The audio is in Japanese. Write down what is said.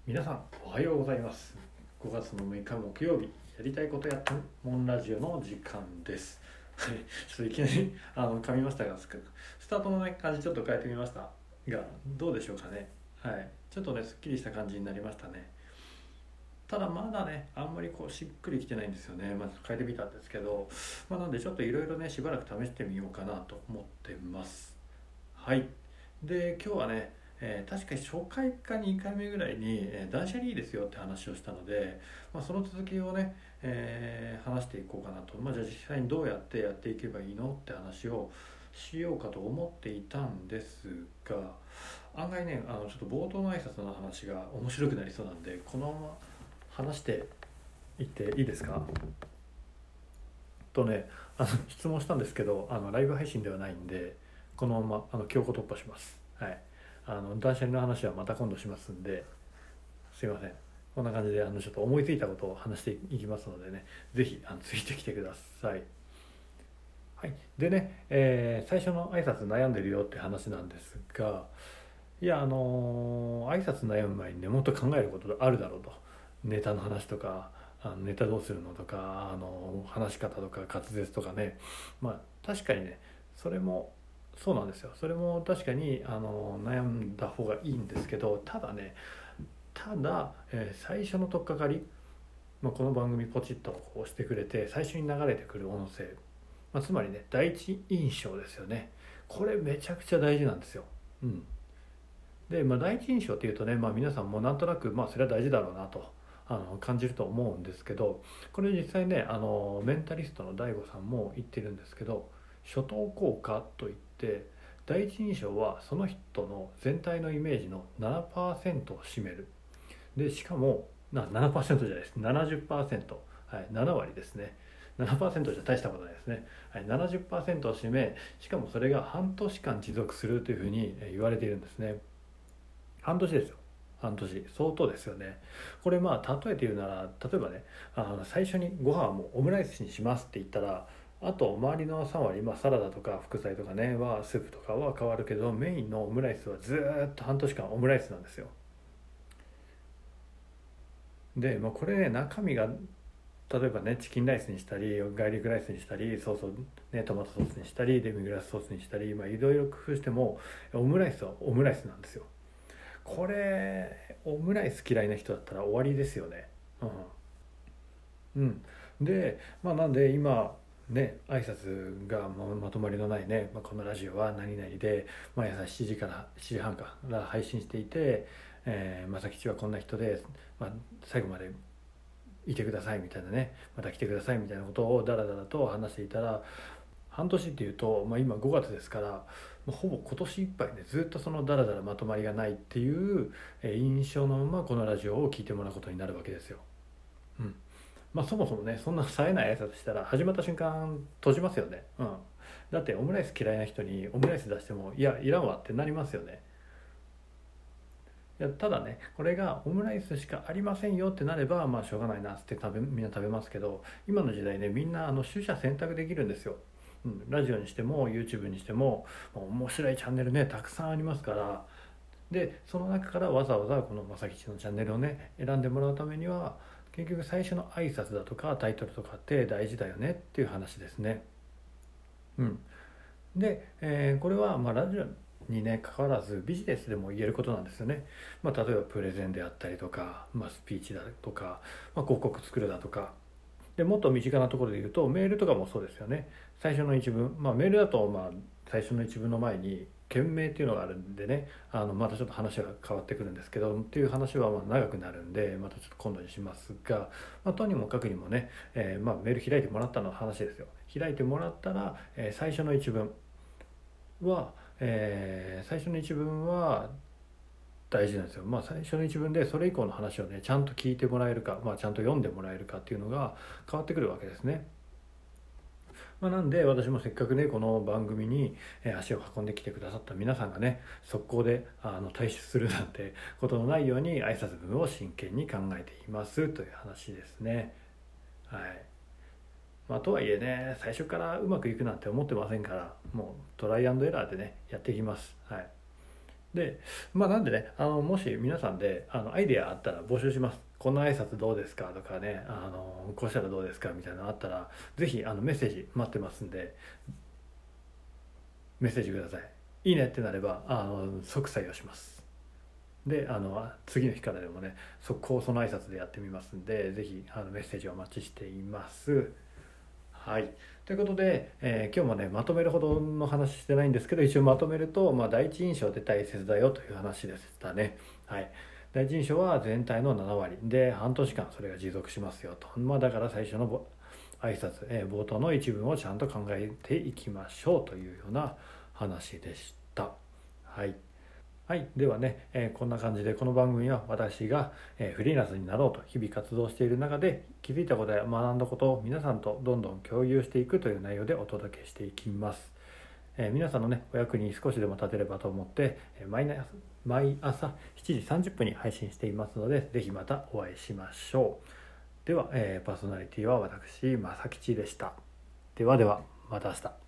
皆さんおはようございます。5月の6日木曜日、やりたいことやってもんラジオの時間です。はい、ちょっといきなり噛みましたが、スタートの、感じちょっと変えてみましたが、どうでしょうかね。はい、ちょっとねすっきりした感じになりましたね。ただまだねあんまりしっくりきてないんですよね。変えてみたんですけど、なんでちょっといろいろねしばらく試してみようかなと思ってます。はい。で今日はね、確か初回か2回目ぐらいに、断捨離いいですよって話をしたので、その続きをね、話していこうかなと。じゃあ実際にどうやってやっていけばいいのって話をしようかと思っていたんですが、案外ねちょっと冒頭の挨拶の話が面白くなりそうなんで、このまま話していっていいですか。とね、質問したんですけど、ライブ配信ではないんで、このまま強行突破します。はい。断捨離の話はまた今度しますんで、すいません。こんな感じでちょっと思いついたことを話していきますのでね、ぜひついてきてください。はい。でね、最初の挨拶悩んでるよって話なんですが、いや挨拶悩む前にね、もっと考えることあるだろうと。ネタの話とか、ネタどうするのとか、話し方とか滑舌とかね、確かにね、それもそうなんですよ。それも確かに悩んだ方がいいんですけど、ただ、最初の取っかかり、この番組ポチッと押してくれて最初に流れてくる音声、つまりね第一印象ですよね。これめちゃくちゃ大事なんですよ。で、第一印象っていうとね、皆さんもなんとなくそれは大事だろうなと感じると思うんですけど、これ実際ねメンタリストの DAIGO さんも言ってるんですけど、初等効果といって、第一印象はその人の全体のイメージの 7% を占める。でしかも7%じゃないです、70%、はい、7割ですね。7% じゃ大したことないですね、はい、70% を占め、しかもそれが半年間持続するというふうに言われているんですね。半年ですよ。半年相当ですよね。これ例えて言うなら、例えばね最初にご飯もオムライスにしますって言ったら、あと周りの3割、サラダとか副菜とかねはスープとかは変わるけど、メインのオムライスはずっと半年間オムライスなんですよ。で、これね中身が例えばねチキンライスにしたりガーリックライスにしたり、そうそうね、トマトソースにしたりデミグラスソースにしたり、いろいろ工夫してもオムライスはオムライスなんですよ。これオムライス嫌いな人だったら終わりですよね。うん、で、なんで今ね挨拶がまとまりのないね、このラジオは何々で毎朝7時から7時半から配信していて、正吉はこんな人で、最後までいてくださいみたいなね、また来てくださいみたいなことをダラダラと話していたら、半年っていうと、今5月ですから、ほぼ今年いっぱいねずっとそのダラダラまとまりがないっていう印象のままこのラジオを聞いてもらうことになるわけですよ。そもそもねそんな冴えない挨拶したら始まった瞬間閉じますよね。だってオムライス嫌いな人にオムライス出してもいやいらんわってなりますよね。いやただね、これがオムライスしかありませんよってなればしょうがないなってみんな食べますけど、今の時代ねみんな取捨選択できるんですよ。ラジオにしても YouTube にしても面白いチャンネルねたくさんありますから。でその中からわざわざこのまさきちのチャンネルをね選んでもらうためには、結局最初の挨拶だとかタイトルとかって大事だよねっていう話ですね。で、これはラジオにね関わらずビジネスでも言えることなんですよね。例えばプレゼンであったりとか、スピーチだとか、広告作るだとか、でもっと身近なところで言うとメールとかもそうですよね。最初の一文、メールだと最初の一文の前に件名っていうのがあるんでね、またちょっと話が変わってくるんですけどっていう話は長くなるんで、またちょっと今度にしますが、とにもかくにもね、メール開いてもらったの話ですよ。開いてもらったら、最初の一文は、最初の一文は大事なんですよ。最初の一文でそれ以降の話をねちゃんと聞いてもらえるか、ちゃんと読んでもらえるかっていうのが変わってくるわけですね。なんで私もせっかくねこの番組に足を運んできてくださった皆さんがね速攻で退出するなんてことのないように挨拶文を真剣に考えていますという話ですね。はい。とはいえね最初からうまくいくなんて思ってませんから、もうトライアンドエラーでねやっていきます。はい。 でなんでねもし皆さんでアイデアあったら募集します。この挨拶どうですかとかねこうしたらどうですかみたいなのあったらぜひメッセージ待ってますんでメッセージください。いいねってなれば即採用します。で次の日からでもね速攻その挨拶でやってみますんでぜひメッセージをお待ちしています。はい、ということで、今日もねまとめるほどの話してないんですけど一応まとめると、第一印象って大切だよという話でしたね。はい、第一印象は全体の7割で半年間それが持続しますよと、だから最初の挨拶、冒頭の一文をちゃんと考えていきましょうというような話でした。はい、ではね、こんな感じでこの番組は私が、フリーランスになろうと日々活動している中で気づいたことや学んだことを皆さんとどんどん共有していくという内容でお届けしていきます。皆さんのねお役に少しでも立てればと思って、毎朝7時30分に配信していますのでぜひまたお会いしましょう。では、パーソナリティは私正吉でした。ではまた明日。